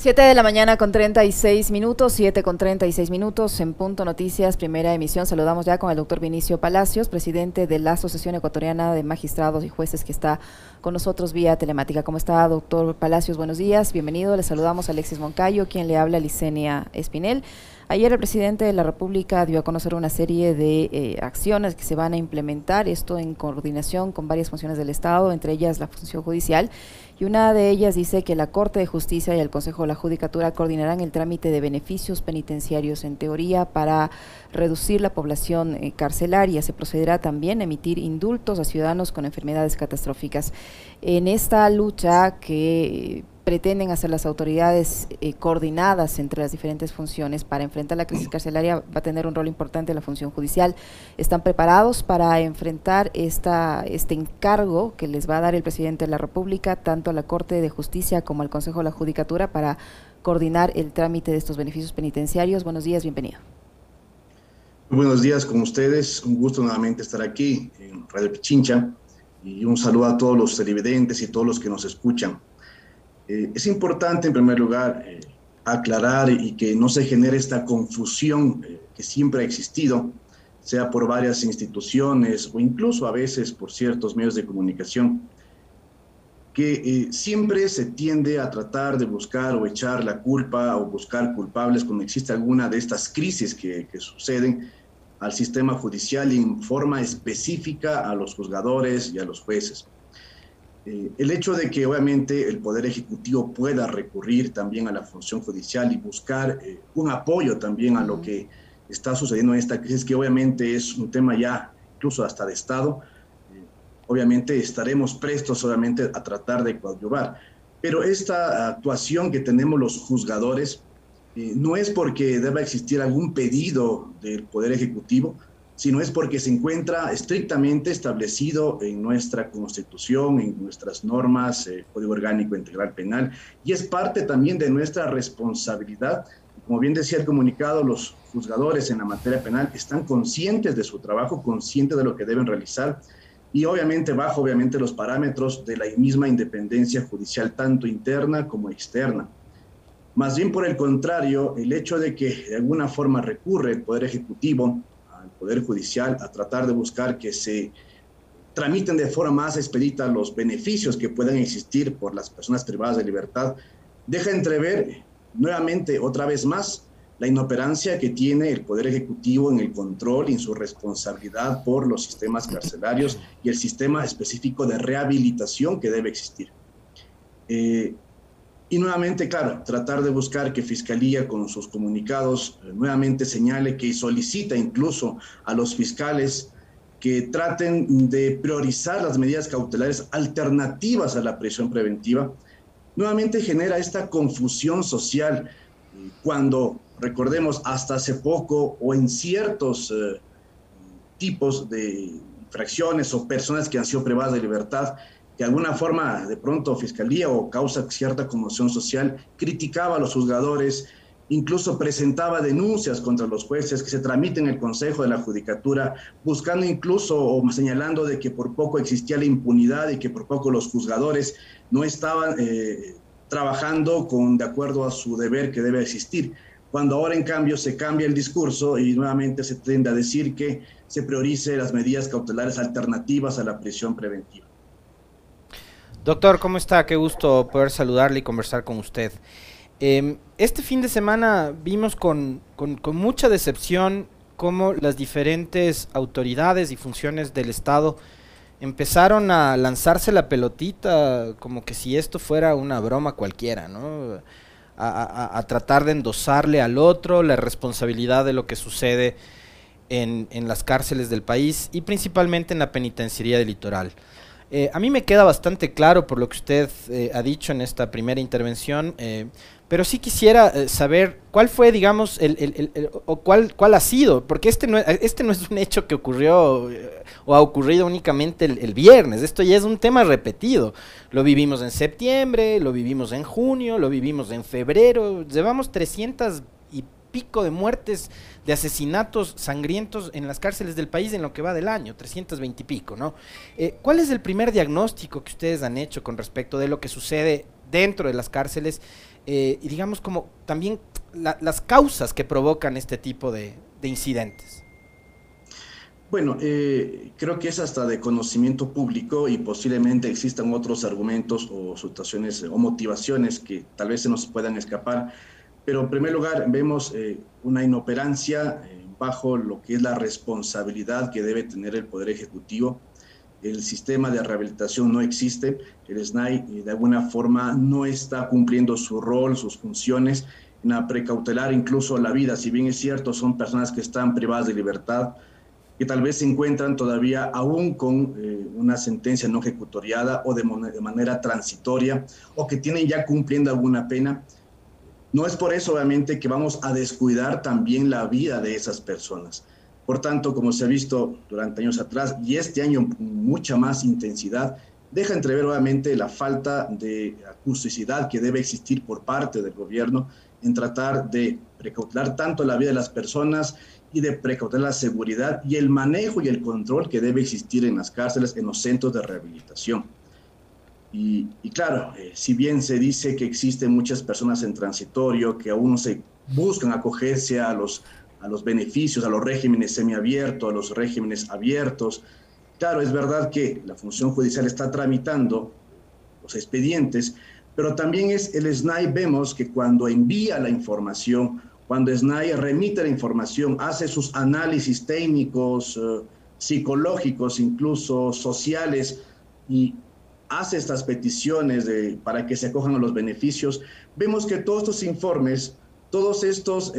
7 de la mañana con 36 minutos, 7 con 36 minutos, en Punto Noticias, primera emisión. Saludamos ya con el doctor Vinicio Palacios, presidente de la Asociación Ecuatoriana de Magistrados y Jueces, que está con nosotros vía telemática. ¿Cómo está, doctor Palacios? Buenos días, bienvenido. Le saludamos a Alexis Moncayo, quien le habla, Licenia Espinel. Ayer el presidente de la República dio a conocer una serie de acciones que se van a implementar, esto en coordinación con varias funciones del Estado, entre ellas la función judicial, y una de ellas dice que la Corte de Justicia y el Consejo de la Judicatura coordinarán el trámite de beneficios penitenciarios, en teoría, para reducir la población carcelaria. Se procederá también a emitir indultos a ciudadanos con enfermedades catastróficas. En esta lucha que pretenden hacer las autoridades coordinadas entre las diferentes funciones para enfrentar la crisis carcelaria, va a tener un rol importante la función judicial. ¿Están preparados para enfrentar este encargo que les va a dar el presidente de la República, tanto a la Corte de Justicia como al Consejo de la Judicatura, para coordinar el trámite de estos beneficios penitenciarios? Buenos días, bienvenido. Muy buenos días con ustedes, un gusto nuevamente estar aquí en Radio Pichincha, y un saludo a todos los televidentes y todos los que nos escuchan. Es importante, en primer lugar, aclarar y que no se genere esta confusión que siempre ha existido, sea por varias instituciones o incluso a veces por ciertos medios de comunicación, que siempre se tiende a tratar de buscar o echar la culpa o buscar culpables cuando existe alguna de estas crisis que suceden al sistema judicial y en forma específica a los juzgadores y a los jueces. El hecho de que obviamente el Poder Ejecutivo pueda recurrir también a la función judicial y buscar un apoyo también a lo que está sucediendo en esta crisis, que obviamente es un tema ya incluso hasta de Estado, obviamente estaremos prestos obviamente a tratar de coadyuvar. Pero esta actuación que tenemos los juzgadores no es porque deba existir algún pedido del Poder Ejecutivo, sino es porque se encuentra estrictamente establecido en nuestra Constitución, en nuestras normas, Código Orgánico Integral Penal, y es parte también de nuestra responsabilidad. Como bien decía el comunicado, los juzgadores en la materia penal están conscientes de su trabajo, conscientes de lo que deben realizar, y obviamente bajo los parámetros de la misma independencia judicial, tanto interna como externa. Más bien por el contrario, el hecho de que de alguna forma recurre el Poder Ejecutivo al Poder Judicial a tratar de buscar que se tramiten de forma más expedita los beneficios que puedan existir por las personas privadas de libertad, deja entrever nuevamente, otra vez más, la inoperancia que tiene el Poder Ejecutivo en el control y en su responsabilidad por los sistemas carcelarios y el sistema específico de rehabilitación que debe existir. Y nuevamente, claro, tratar de buscar que Fiscalía con sus comunicados nuevamente señale que solicita incluso a los fiscales que traten de priorizar las medidas cautelares alternativas a la prisión preventiva, nuevamente genera esta confusión social cuando, recordemos, hasta hace poco o en ciertos tipos de infracciones o personas que han sido privadas de libertad, que de alguna forma de pronto Fiscalía o causa cierta conmoción social, criticaba a los juzgadores, incluso presentaba denuncias contra los jueces que se tramiten en el Consejo de la Judicatura, buscando incluso o señalando de que por poco existía la impunidad y que por poco los juzgadores no estaban trabajando de acuerdo a su deber que debe existir. Cuando ahora en cambio se cambia el discurso y nuevamente se tiende a decir que se priorice las medidas cautelares alternativas a la prisión preventiva. Doctor, ¿cómo está? Qué gusto poder saludarle y conversar con usted. Este fin de semana vimos con mucha decepción cómo las diferentes autoridades y funciones del Estado empezaron a lanzarse la pelotita como que si esto fuera una broma cualquiera, ¿no? A tratar de endosarle al otro la responsabilidad de lo que sucede en las cárceles del país y principalmente en la penitenciaría del litoral. A mí me queda bastante claro por lo que usted ha dicho en esta primera intervención, pero sí quisiera saber cuál fue, digamos, o cuál ha sido, porque este no es un hecho que ocurrió o ha ocurrido únicamente el viernes, esto ya es un tema repetido. Lo vivimos en septiembre, lo vivimos en junio, lo vivimos en febrero, llevamos 300 y pico de muertes, de asesinatos sangrientos en las cárceles del país en lo que va del año, 320 y pico, ¿no? ¿Cuál es el primer diagnóstico que ustedes han hecho con respecto de lo que sucede dentro de las cárceles, y digamos como también las causas que provocan este tipo de incidentes. Bueno, creo que es hasta de conocimiento público y posiblemente existan otros argumentos o situaciones o motivaciones que tal vez se nos puedan escapar, pero en primer lugar vemos una inoperancia bajo lo que es la responsabilidad que debe tener el Poder Ejecutivo. El sistema de rehabilitación no existe, el SNAI de alguna forma no está cumpliendo su rol, sus funciones, en la precautelar incluso la vida, si bien es cierto, son personas que están privadas de libertad, que tal vez se encuentran todavía aún con una sentencia no ejecutoriada o de manera transitoria, o que tienen ya cumpliendo alguna pena. No es por eso, obviamente, que vamos a descuidar también la vida de esas personas. Por tanto, como se ha visto durante años atrás, y este año con mucha más intensidad, deja entrever, obviamente, la falta de acusticidad que debe existir por parte del gobierno en tratar de precautelar tanto la vida de las personas y de precautelar la seguridad y el manejo y el control que debe existir en las cárceles, en los centros de rehabilitación. Y claro, si bien se dice que existen muchas personas en transitorio que aún no se buscan acogerse a los beneficios, a los regímenes semiabiertos, a los regímenes abiertos, claro, es verdad que la función judicial está tramitando los expedientes, pero también es el SNAI, vemos que cuando envía la información, cuando SNAI remite la información, hace sus análisis técnicos, psicológicos, incluso sociales, y hace estas peticiones para que se acojan a los beneficios, vemos que todos estos informes, todos estos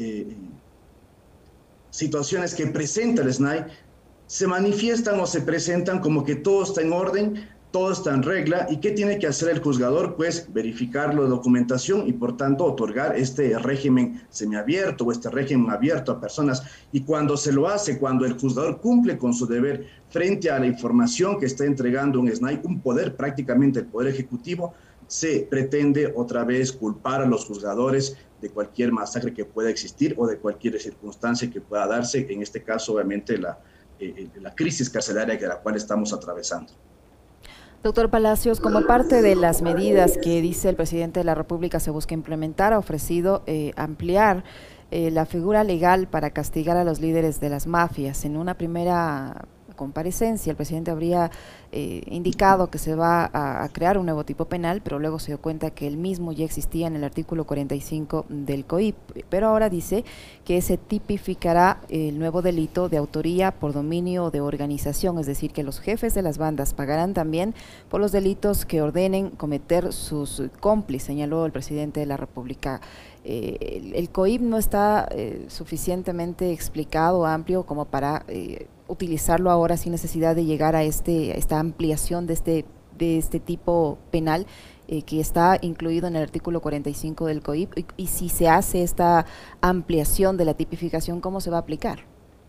situaciones que presenta el SNAI, se manifiestan o se presentan como que todo está en orden, todo está en regla. ¿Y qué tiene que hacer el juzgador? Pues verificar la documentación y por tanto otorgar este régimen semiabierto o este régimen abierto a personas. Y cuando se lo hace, cuando el juzgador cumple con su deber frente a la información que está entregando un SNAI, un poder, prácticamente el Poder Ejecutivo, se pretende otra vez culpar a los juzgadores de cualquier masacre que pueda existir o de cualquier circunstancia que pueda darse, en este caso obviamente la crisis carcelaria de la cual estamos atravesando. Doctor Palacios, como parte de las medidas que dice el presidente de la República se busca implementar, ha ofrecido ampliar la figura legal para castigar a los líderes de las mafias. En una primera comparecencia, el presidente habría indicado que se va a crear un nuevo tipo penal, pero luego se dio cuenta que el mismo ya existía en el artículo 45 del COIP, pero ahora dice que se tipificará el nuevo delito de autoría por dominio de organización, es decir, que los jefes de las bandas pagarán también por los delitos que ordenen cometer sus cómplices, señaló el presidente de la República. El COIP no está suficientemente explicado, amplio, como para utilizarlo ahora sin necesidad de llegar a esta ampliación de este tipo penal que está incluido en el artículo 45 del COIP, y si se hace esta ampliación de la tipificación, ¿cómo se va a aplicar?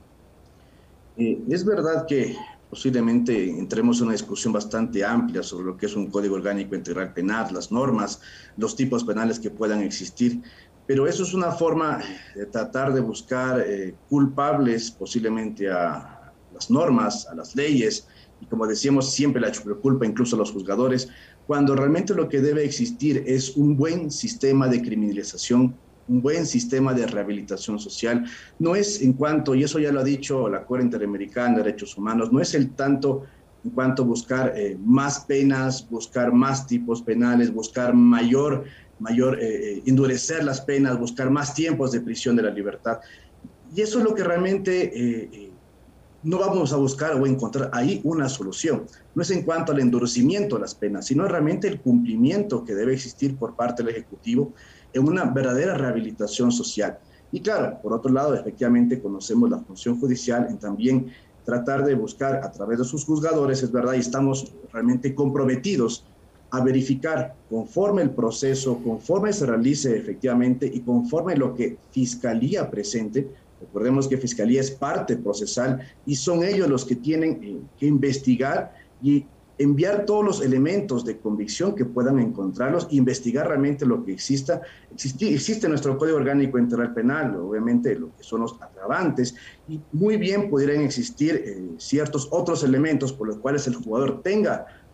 Es verdad que posiblemente entremos en una discusión bastante amplia sobre lo que es un Código Orgánico Integral Penal, las normas, los tipos penales que puedan existir, pero eso es una forma de tratar de buscar culpables posiblemente a las normas, a las leyes, y como decíamos, siempre la culpa incluso a los juzgadores, cuando realmente lo que debe existir es un buen sistema de criminalización, un buen sistema de rehabilitación social. No es en cuanto, y eso ya lo ha dicho la Corte Interamericana de Derechos Humanos, no es el tanto en cuanto a buscar más penas, buscar más tipos penales, buscar endurecer las penas, buscar más tiempos de prisión de la libertad. Y eso es lo que realmente no vamos a buscar o encontrar ahí una solución. No es en cuanto al endurecimiento de las penas, sino realmente el cumplimiento que debe existir por parte del Ejecutivo en una verdadera rehabilitación social. Y claro, por otro lado, efectivamente conocemos la función judicial en también tratar de buscar a través de sus juzgadores, es verdad, y estamos realmente comprometidos a verificar conforme el proceso, conforme se realice efectivamente y conforme lo que Fiscalía presente. Recordemos que Fiscalía es parte procesal y son ellos los que tienen que investigar y enviar todos los elementos de convicción que puedan encontrarlos, investigar realmente lo que exista. Existe nuestro Código Orgánico Integral Penal, obviamente lo que son los agravantes, y muy bien pudieran existir ciertos otros elementos por los cuales el jugador tenga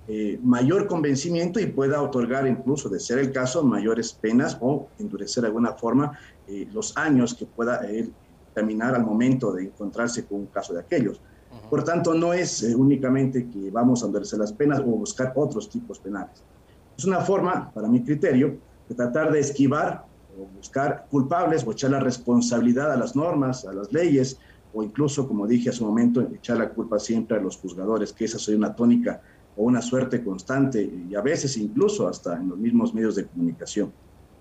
mayor convencimiento y pueda otorgar, incluso de ser el caso, mayores penas o endurecer de alguna forma los años que pueda caminar al momento de encontrarse con un caso de aquellos. Por tanto, no es únicamente que vamos a endurecer las penas o buscar otros tipos penales. Es una forma, para mi criterio, de tratar de esquivar o buscar culpables o echar la responsabilidad a las normas, a las leyes, o incluso, como dije hace un momento, echar la culpa siempre a los juzgadores, que esa sería una tónica o una suerte constante y a veces incluso hasta en los mismos medios de comunicación.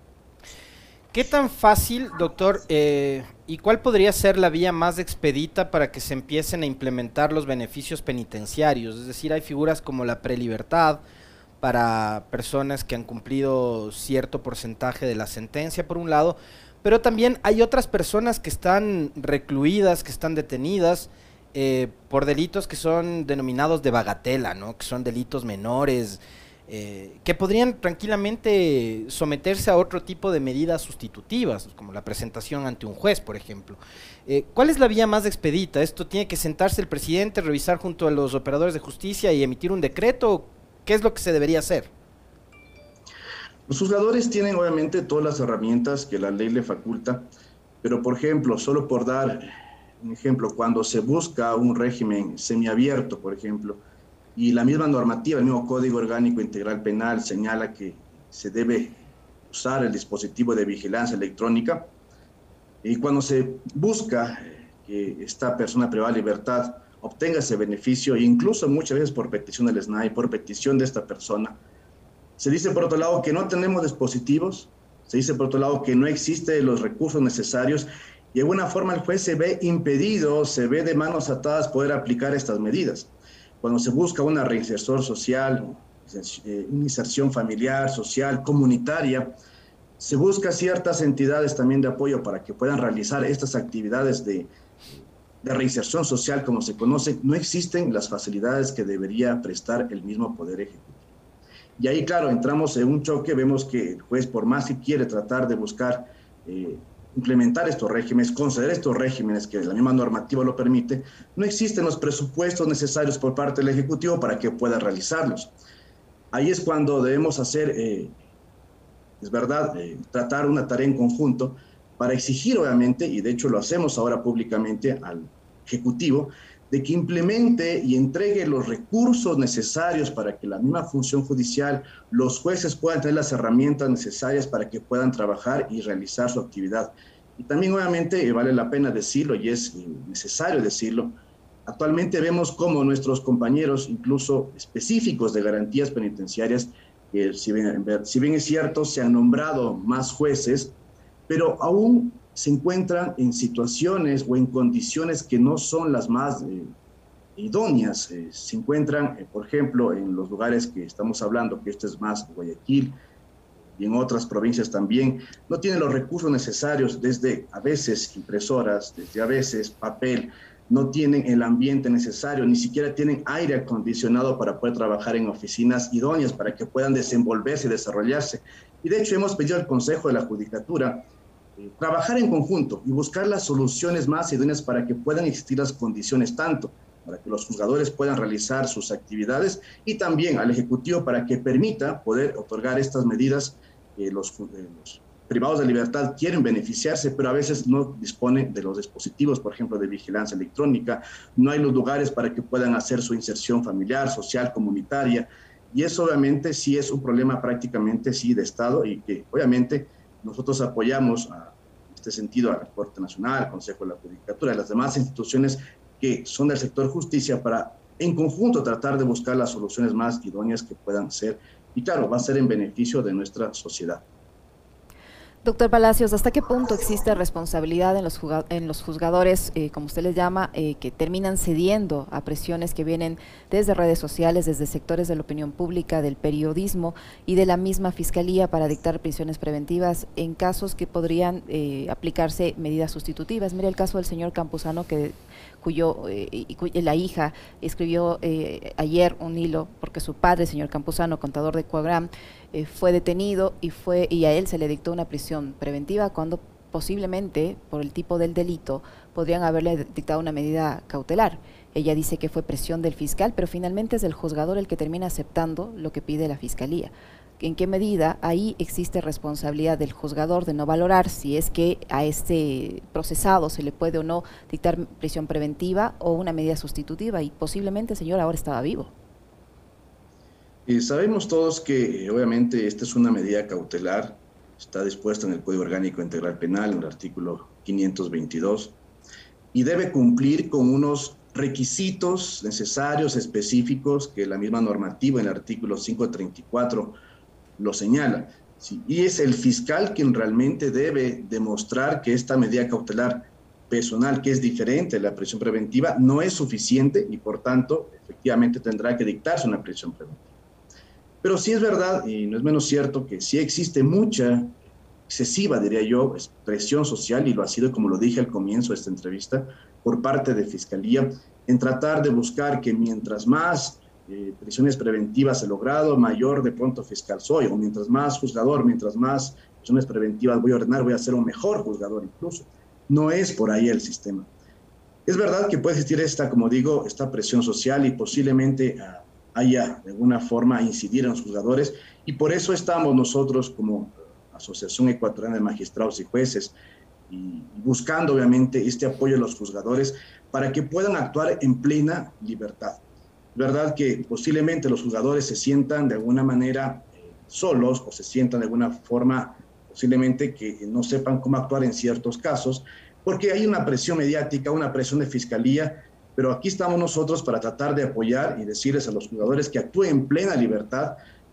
¿Qué tan fácil, doctor, y cuál podría ser la vía más expedita para que se empiecen a implementar los beneficios penitenciarios? Es decir, hay figuras como la prelibertad para personas que han cumplido cierto porcentaje de la sentencia, por un lado, pero también hay otras personas que están recluidas, que están detenidas por delitos que son denominados de bagatela, ¿no? Que son delitos menores, que podrían tranquilamente someterse a otro tipo de medidas sustitutivas, como la presentación ante un juez, por ejemplo. ¿Cuál es la vía más expedita? ¿Esto tiene que sentarse el presidente, revisar junto a los operadores de justicia y emitir un decreto? ¿Qué es lo que se debería hacer? Los juzgadores tienen obviamente todas las herramientas que la ley le faculta, pero por ejemplo, solo por dar un ejemplo, cuando se busca un régimen semiabierto, por ejemplo, y la misma normativa, el mismo Código Orgánico Integral Penal señala que se debe usar el dispositivo de vigilancia electrónica, y cuando se busca que esta persona privada de libertad obtenga ese beneficio, e incluso muchas veces por petición del SNAI, por petición de esta persona, se dice por otro lado que no tenemos dispositivos, se dice por otro lado que no existen los recursos necesarios, y de alguna forma el juez se ve impedido, se ve de manos atadas poder aplicar estas medidas. Cuando se busca una reinserción social, una inserción familiar, social, comunitaria, se busca ciertas entidades también de apoyo para que puedan realizar estas actividades de reinserción social, como se conoce, no existen las facilidades que debería prestar el mismo Poder Ejecutivo. Y ahí, claro, entramos en un choque, vemos que el juez, por más que quiere tratar de buscar implementar estos regímenes, conceder estos regímenes que la misma normativa lo permite, no existen los presupuestos necesarios por parte del Ejecutivo para que pueda realizarlos. Ahí es cuando debemos hacer, es verdad, tratar una tarea en conjunto para exigir, obviamente, y de hecho lo hacemos ahora públicamente al Ejecutivo, de que implemente y entregue los recursos necesarios para que la misma función judicial, los jueces puedan tener las herramientas necesarias para que puedan trabajar y realizar su actividad. Y también, obviamente, vale la pena decirlo y es necesario decirlo, actualmente vemos cómo nuestros compañeros, incluso específicos de garantías penitenciarias, que si bien es cierto, se han nombrado más jueces, pero aún se encuentran en situaciones o en condiciones que no son las más idóneas. Se encuentran, por ejemplo, en los lugares que estamos hablando, que esto es más Guayaquil y en otras provincias también, no tienen los recursos necesarios, desde a veces impresoras, desde a veces papel, no tienen el ambiente necesario, ni siquiera tienen aire acondicionado para poder trabajar en oficinas idóneas, para que puedan desenvolverse y desarrollarse. Y de hecho hemos pedido al Consejo de la Judicatura trabajar en conjunto y buscar las soluciones más idóneas para que puedan existir las condiciones tanto para que los juzgadores puedan realizar sus actividades y también al Ejecutivo para que permita poder otorgar estas medidas que los privados de libertad quieren beneficiarse, pero a veces no disponen de los dispositivos, por ejemplo, de vigilancia electrónica, no hay los lugares para que puedan hacer su inserción familiar, social, comunitaria, y eso obviamente sí es un problema prácticamente sí de Estado y que obviamente nosotros apoyamos en este sentido a la Corte Nacional, al Consejo de la Judicatura, a las demás instituciones que son del sector justicia para en conjunto tratar de buscar las soluciones más idóneas que puedan ser y claro, va a ser en beneficio de nuestra sociedad. Doctor Palacios, ¿hasta qué punto existe responsabilidad en los juzgadores, como usted les llama, que terminan cediendo a presiones que vienen desde redes sociales, desde sectores de la opinión pública, del periodismo y de la misma Fiscalía para dictar prisiones preventivas en casos que podrían aplicarse medidas sustitutivas? Mire el caso del señor Campuzano, la hija escribió ayer un hilo porque su padre, el señor Campuzano, contador de Coagram, fue detenido y a él se le dictó una prisión preventiva cuando posiblemente por el tipo del delito podrían haberle dictado una medida cautelar. ella dice que fue presión del fiscal, pero finalmente es el juzgador el que termina aceptando lo que pide la fiscalía. ¿En qué medida ahí existe responsabilidad del juzgador de no valorar si es que a este procesado se le puede o no dictar prisión preventiva o una medida sustitutiva? Y posiblemente el señor ahora estaba vivo. Sabemos todos que obviamente esta es una medida cautelar, está dispuesta en el Código Orgánico Integral Penal, en el artículo 522, y debe cumplir con unos requisitos necesarios, específicos, que la misma normativa en el artículo 534 lo señala. Sí, y es el fiscal quien realmente debe demostrar que esta medida cautelar personal, que es diferente de la prisión preventiva, no es suficiente y por tanto efectivamente tendrá que dictarse una prisión preventiva. Pero sí es verdad, y no es menos cierto, que sí existe mucha, excesiva diría yo, presión social, y lo ha sido, como lo dije al comienzo de esta entrevista, por parte de Fiscalía, en tratar de buscar que mientras más prisiones preventivas he logrado, mayor de pronto fiscal soy, o mientras más juzgador, mientras más prisiones preventivas voy a ordenar, voy a ser un mejor juzgador incluso. No es por ahí el sistema. Es verdad que puede existir esta, como digo, esta presión social y posiblemente haya de alguna forma incidir en los juzgadores, y por eso estamos nosotros como Asociación Ecuatoriana de Magistrados y Jueces y buscando obviamente este apoyo de los juzgadores para que puedan actuar en plena libertad. Verdad que posiblemente los juzgadores se sientan de alguna manera solos o se sientan de alguna forma posiblemente que no sepan cómo actuar en ciertos casos, porque hay una presión mediática, una presión de fiscalía, pero aquí estamos nosotros para tratar de apoyar y decirles a los jugadores que actúen en plena libertad.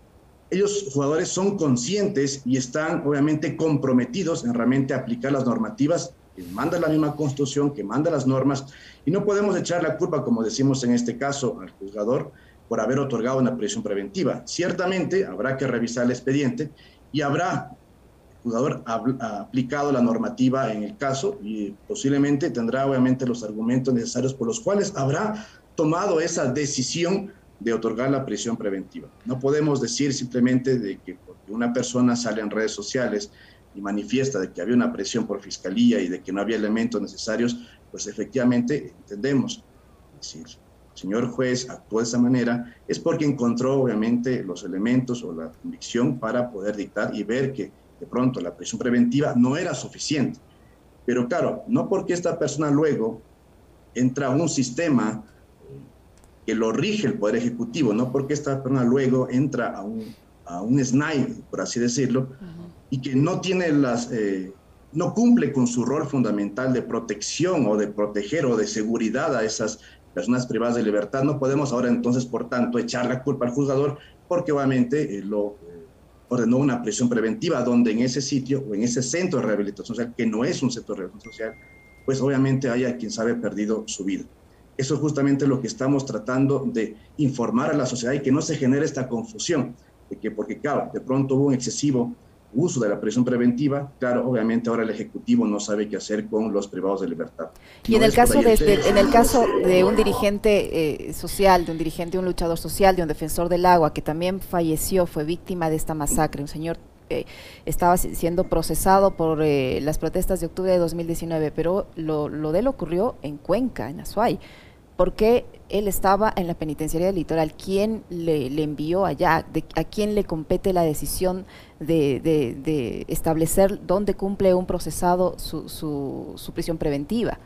Ellos, jugadores, son conscientes y están obviamente comprometidos en realmente aplicar las normativas que manda la misma Constitución, que manda las normas, y no podemos echar la culpa, como decimos en este caso, al juzgador por haber otorgado una prisión preventiva. Ciertamente habrá que revisar el expediente y habrá, el juzgador ha aplicado la normativa en el caso y posiblemente tendrá obviamente los argumentos necesarios por los cuales habrá tomado esa decisión de otorgar la prisión preventiva. No podemos decir simplemente de que porque una persona sale en redes sociales y manifiesta de que había una presión por fiscalía y de que no había elementos necesarios, pues efectivamente entendemos. Es decir, el señor juez actuó de esa manera, es porque encontró obviamente los elementos o la convicción para poder dictar y ver que de pronto la prisión preventiva no era suficiente. Pero claro, no porque esta persona luego entra a un sistema que lo rige el Poder Ejecutivo, no porque esta persona luego entra a un SNAI, por así decirlo, y que no tiene no cumple con su rol fundamental de protección o de proteger o de seguridad a esas personas privadas de libertad. No podemos ahora entonces, por tanto, echar la culpa al juzgador porque obviamente lo ordenó una prisión preventiva, donde en ese sitio o en ese centro de rehabilitación social, que no es un centro de rehabilitación social, pues obviamente haya quien sabe perdido su vida. Eso es justamente lo que estamos tratando de informar a la sociedad y que no se genere esta confusión, de que porque claro, de pronto hubo un excesivo uso de la prisión preventiva, claro, obviamente ahora el Ejecutivo no sabe qué hacer con los privados de libertad. Y no en el caso de un dirigente social, de un dirigente, un luchador social, de un defensor del agua, que también falleció, fue víctima de esta masacre, un señor estaba siendo procesado por las protestas de octubre de 2019, pero lo de él ocurrió en Cuenca, en Azuay, porque él estaba en la penitenciaría del Litoral. ¿Quién le envió allá? ¿A quién le compete la decisión de establecer dónde cumple un procesado su prisión preventiva?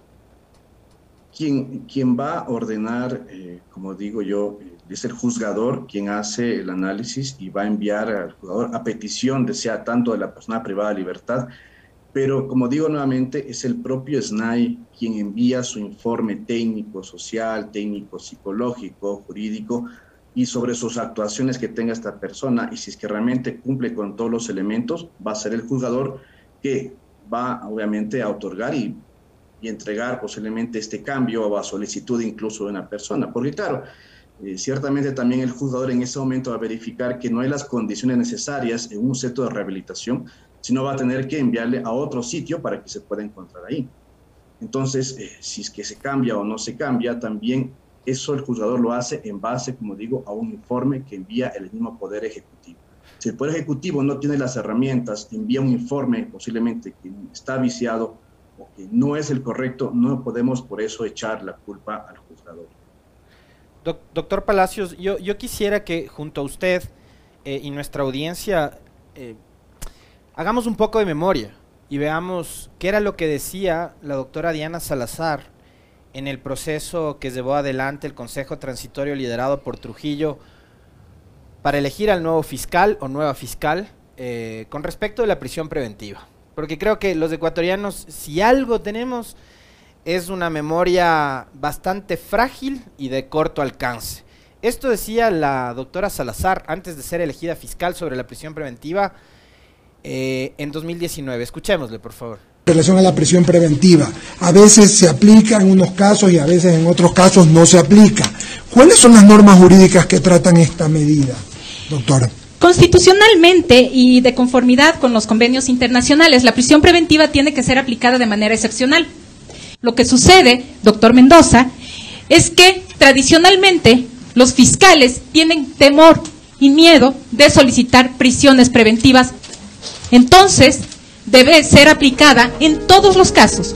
Quien va a ordenar, como digo yo, es el juzgador quien hace el análisis y va a enviar al juzgador a petición, sea tanto de la persona privada de libertad, pero como digo nuevamente, es el propio SNAI quien envía su informe técnico, social, técnico, psicológico, jurídico, y sobre sus actuaciones que tenga esta persona, y si es que realmente cumple con todos los elementos, va a ser el juzgador que va obviamente a otorgar y entregar posiblemente este cambio o a solicitud incluso de una persona, porque claro, ciertamente también el juzgador en ese momento va a verificar que no hay las condiciones necesarias en un centro de rehabilitación, sino va a tener que enviarle a otro sitio para que se pueda encontrar ahí. Entonces, si es que se cambia o no se cambia, también eso el juzgador lo hace en base, como digo, a un informe que envía el mismo Poder Ejecutivo. Si el Poder Ejecutivo no tiene las herramientas, envía un informe posiblemente que está viciado o que no es el correcto, no podemos por eso echar la culpa al juzgador. Doctor Palacios, yo quisiera que junto a usted y nuestra audiencia hagamos un poco de memoria y veamos qué era lo que decía la doctora Diana Salazar en el proceso que llevó adelante el Consejo Transitorio liderado por Trujillo para elegir al nuevo fiscal o nueva fiscal con respecto de la prisión preventiva. Porque creo que los ecuatorianos, si algo tenemos, es una memoria bastante frágil y de corto alcance. Esto decía la doctora Salazar antes de ser elegida fiscal sobre la prisión preventiva en 2019. Escuchémosle, por favor. En relación a la prisión preventiva, a veces se aplica en unos casos y a veces en otros casos no se aplica. ¿Cuáles son las normas jurídicas que tratan esta medida, doctora? Constitucionalmente y de conformidad con los convenios internacionales, la prisión preventiva tiene que ser aplicada de manera excepcional. Lo que sucede, doctor Mendoza, es que tradicionalmente los fiscales tienen temor y miedo de solicitar prisiones preventivas. Entonces, debe ser aplicada en todos los casos.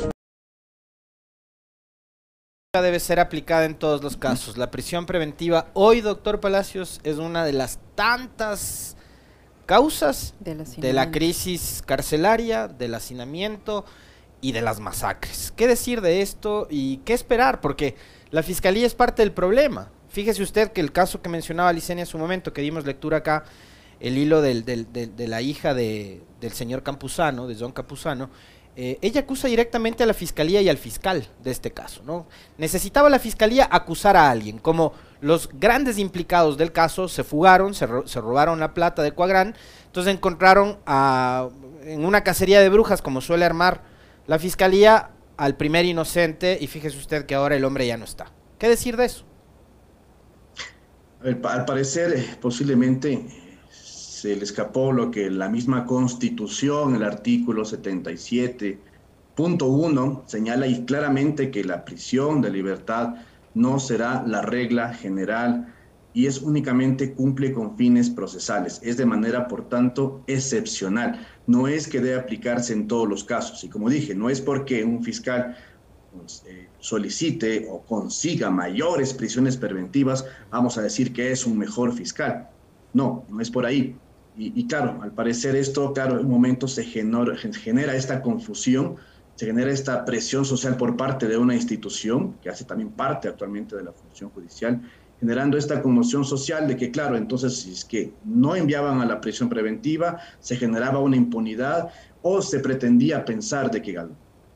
Debe ser aplicada en todos los casos. La prisión preventiva hoy, doctor Palacios, es una de las tantas causas de la crisis carcelaria, del hacinamiento y de las masacres. ¿Qué decir de esto y qué esperar? Porque la fiscalía es parte del problema. Fíjese usted que el caso que mencionaba Licenia en su momento, que dimos lectura acá, el hilo de la hija del señor Campuzano, de John Campuzano, ella acusa directamente a la fiscalía y al fiscal de este caso, ¿no? Necesitaba la fiscalía acusar a alguien, como los grandes implicados del caso se fugaron, se robaron la plata de Coagrán, entonces encontraron en una cacería de brujas, como suele armar la fiscalía, al primer inocente, y fíjese usted que ahora el hombre ya no está. ¿Qué decir de eso? Al parecer, posiblemente se le escapó lo que la misma Constitución, el artículo 77.1, señala y claramente que la prisión de libertad no será la regla general y es únicamente cumple con fines procesales, es de manera, por tanto, excepcional. No es que debe aplicarse en todos los casos. Y como dije, no es porque un fiscal solicite o consiga mayores prisiones preventivas, vamos a decir que es un mejor fiscal. No, no es por ahí. Y claro, al parecer esto, claro, en un momento se genera esta confusión, se genera esta presión social por parte de una institución, que hace también parte actualmente de la función judicial, generando esta conmoción social de que, claro, entonces si es que no enviaban a la prisión preventiva, se generaba una impunidad o se pretendía pensar de que al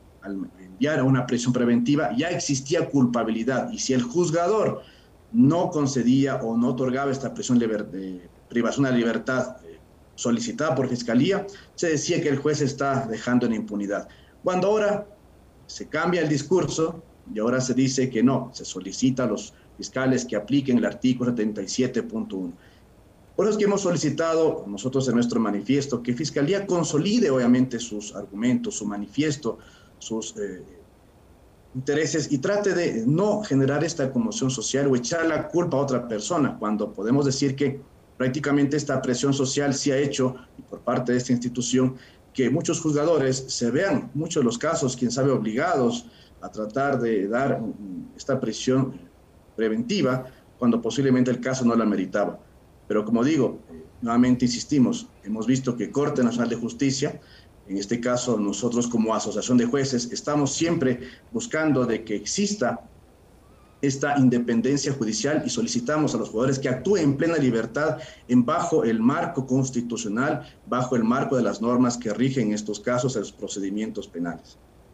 enviar a una prisión preventiva ya existía culpabilidad y si el juzgador no concedía o no otorgaba esta prisión de privación de libertad solicitada por fiscalía, se decía que el juez está dejando en impunidad. Cuando ahora se cambia el discurso y ahora se dice que no, se solicita a los fiscales que apliquen el artículo 77.1. Por eso es que hemos solicitado nosotros en nuestro manifiesto que Fiscalía consolide obviamente sus argumentos, su manifiesto, sus intereses y trate de no generar esta conmoción social o echar la culpa a otra persona, cuando podemos decir que prácticamente esta presión social se ha hecho por parte de esta institución que muchos juzgadores se vean, muchos de los casos, quién sabe, obligados a tratar de dar esta prisión preventiva cuando posiblemente el caso no la meritaba. Pero como digo, nuevamente insistimos, hemos visto que Corte Nacional de Justicia, en este caso nosotros como asociación de jueces, estamos siempre buscando de que exista esta independencia judicial y solicitamos a los jugadores que actúen en plena libertad bajo el marco constitucional, bajo el marco de las normas que rigen estos casos en los procedimientos penales.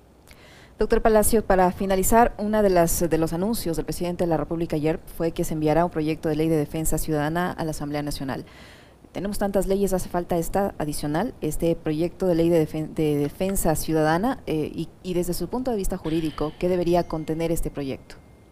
Doctor Palacio, para finalizar, uno de los anuncios del presidente de la República ayer fue que se enviará un proyecto de ley de defensa ciudadana a la Asamblea Nacional. Tenemos tantas leyes, hace falta esta adicional, este proyecto de ley de defensa ciudadana y desde su punto de vista jurídico, ¿qué debería contener este proyecto?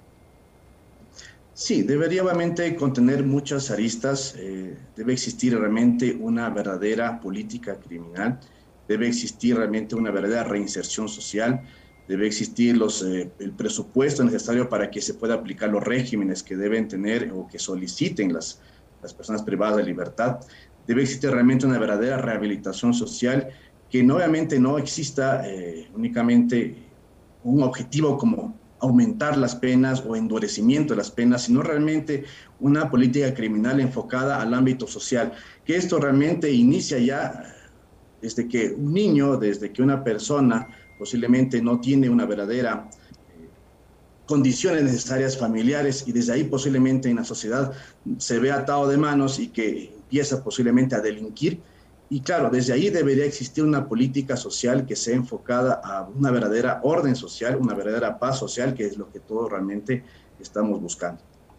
Sí, debería obviamente contener muchas aristas, debe existir realmente una verdadera política criminal, debe existir realmente una verdadera reinserción social, debe existir el presupuesto necesario para que se pueda aplicar los regímenes que deben tener o que soliciten las personas privadas de libertad, debe existir realmente una verdadera rehabilitación social que no, obviamente no exista únicamente un objetivo como aumentar las penas o endurecimiento de las penas, sino realmente una política criminal enfocada al ámbito social, que esto realmente inicia ya desde que un niño, desde que una persona posiblemente no tiene una verdadera condiciones necesarias familiares y desde ahí posiblemente en la sociedad se ve atado de manos y que empieza posiblemente a delinquir. Y claro, desde ahí debería existir una política social que sea enfocada a una verdadera orden social, una verdadera paz social, que es lo que todos realmente estamos buscando.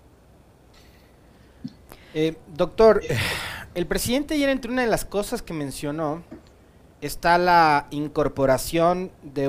Doctor, el presidente ayer, entre una de las cosas que mencionó, está la incorporación de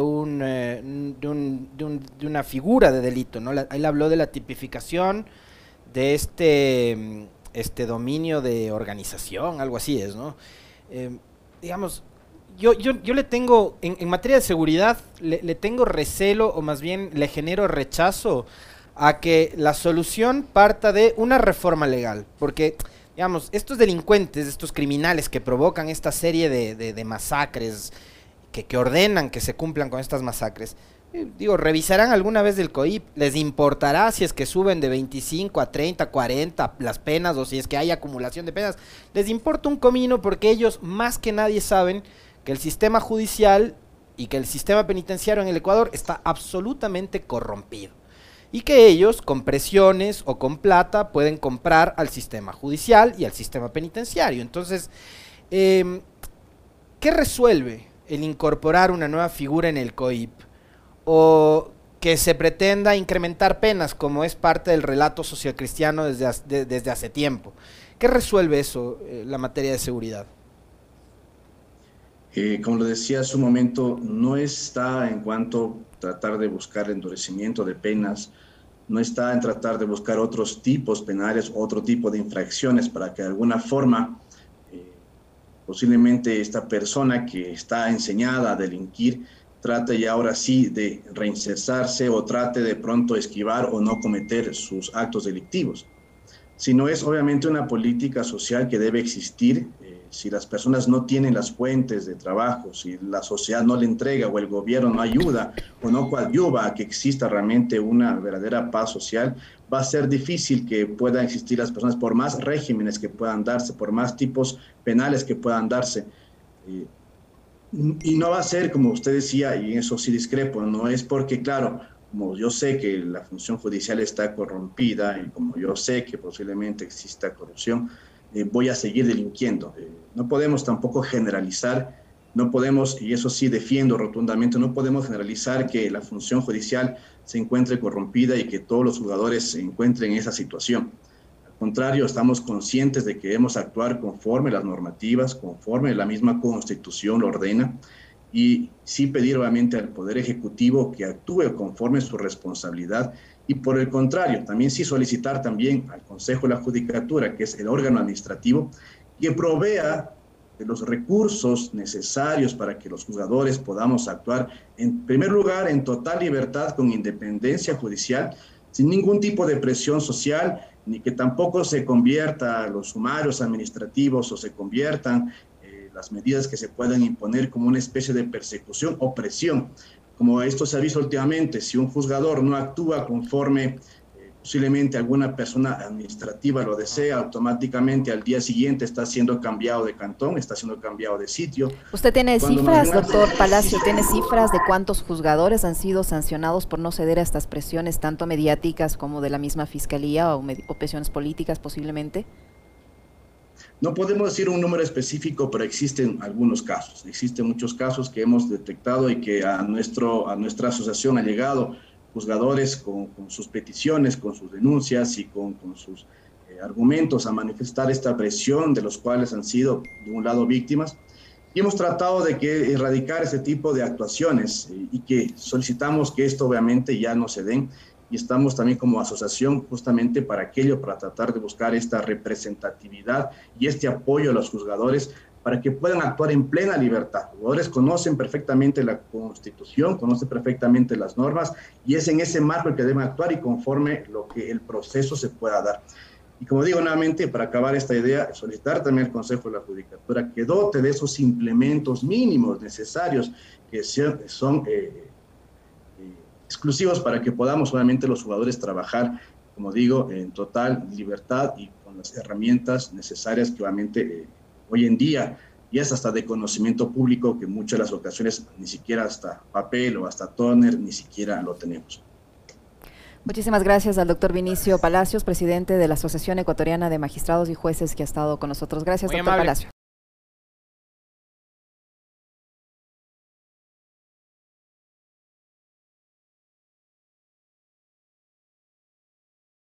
una figura de delito, ¿no? Él habló de la tipificación de este dominio de organización, algo así es, ¿no? Digamos, yo le tengo, en materia de seguridad, le tengo recelo, o más bien le genero rechazo a que la solución parta de una reforma legal, porque, digamos, estos delincuentes, estos criminales que provocan esta serie de masacres, que ordenan que se cumplan con estas masacres, digo, revisarán alguna vez del COIP, les importará si es que suben de 25 a 30, 40 las penas, o si es que hay acumulación de penas, les importa un comino, porque ellos más que nadie saben que el sistema judicial y que el sistema penitenciario en el Ecuador está absolutamente corrompido, y que ellos con presiones o con plata pueden comprar al sistema judicial y al sistema penitenciario. Entonces, ¿qué resuelve el incorporar una nueva figura en el COIP? O que se pretenda incrementar penas, como es parte del relato socialcristiano desde hace tiempo. ¿Qué resuelve eso, la materia de seguridad? Como lo decía hace un momento, no está en cuanto a tratar de buscar endurecimiento de penas, no está en tratar de buscar otros tipos penales, otro tipo de infracciones para que de alguna forma posiblemente esta persona que está enseñada a delinquir trate ya ahora sí de reinsertarse o trate de pronto esquivar o no cometer sus actos delictivos. Sino es obviamente una política social que debe existir. Si las personas no tienen las fuentes de trabajo, si la sociedad no le entrega o el gobierno no ayuda o no coadyuva a que exista realmente una verdadera paz social, va a ser difícil que puedan existir las personas por más regímenes que puedan darse, por más tipos penales que puedan darse. Y no va a ser, como usted decía, y en eso sí discrepo, no es porque, claro, como yo sé que la función judicial está corrompida y como yo sé que posiblemente exista corrupción, voy a seguir delinquiendo. No podemos tampoco generalizar, no podemos, y eso sí defiendo rotundamente, no podemos generalizar que la función judicial se encuentre corrompida y que todos los jugadores se encuentren en esa situación. Al contrario, estamos conscientes de que debemos actuar conforme las normativas, conforme la misma Constitución lo ordena, y sí pedir obviamente al Poder Ejecutivo que actúe conforme su responsabilidad, y por el contrario, también sí solicitar también al Consejo de la Judicatura, que es el órgano administrativo, que provea de los recursos necesarios para que los juzgadores podamos actuar, en primer lugar, en total libertad, con independencia judicial, sin ningún tipo de presión social, ni que tampoco se convierta los sumarios administrativos o se conviertan las medidas que se puedan imponer como una especie de persecución o presión. Como esto se ha visto últimamente, si un juzgador no actúa conforme posiblemente alguna persona administrativa lo desea, automáticamente al día siguiente está siendo cambiado de cantón, está siendo cambiado de sitio. ¿Usted tiene cifras, doctor Palacio, tiene cifras de cuántos juzgadores han sido sancionados por no ceder a estas presiones, tanto mediáticas como de la misma fiscalía o presiones políticas posiblemente? No podemos decir un número específico, pero existen algunos casos. Existen muchos casos que hemos detectado y que a nuestra asociación ha llegado juzgadores con sus peticiones, con sus denuncias y con sus argumentos a manifestar esta presión de los cuales han sido, de un lado, víctimas. Y hemos tratado de erradicar ese tipo de actuaciones y que solicitamos que esto obviamente ya no se den. Y estamos también como asociación justamente para aquello, para tratar de buscar esta representatividad y este apoyo a los juzgadores para que puedan actuar en plena libertad. Los jugadores conocen perfectamente la Constitución, conocen perfectamente las normas y es en ese marco el que deben actuar y conforme lo que el proceso se pueda dar. Y como digo nuevamente, para acabar esta idea, solicitar también al Consejo de la Judicatura que dote de esos implementos mínimos necesarios que son exclusivos para que podamos obviamente los jugadores trabajar, como digo, en total libertad y con las herramientas necesarias que obviamente hoy en día y es hasta de conocimiento público, que muchas de las ocasiones ni siquiera hasta papel o hasta toner ni siquiera lo tenemos. Muchísimas gracias al doctor Vinicio Palacios, presidente de la Asociación Ecuatoriana de Magistrados y Jueces, que ha estado con nosotros. Gracias, doctor Palacios.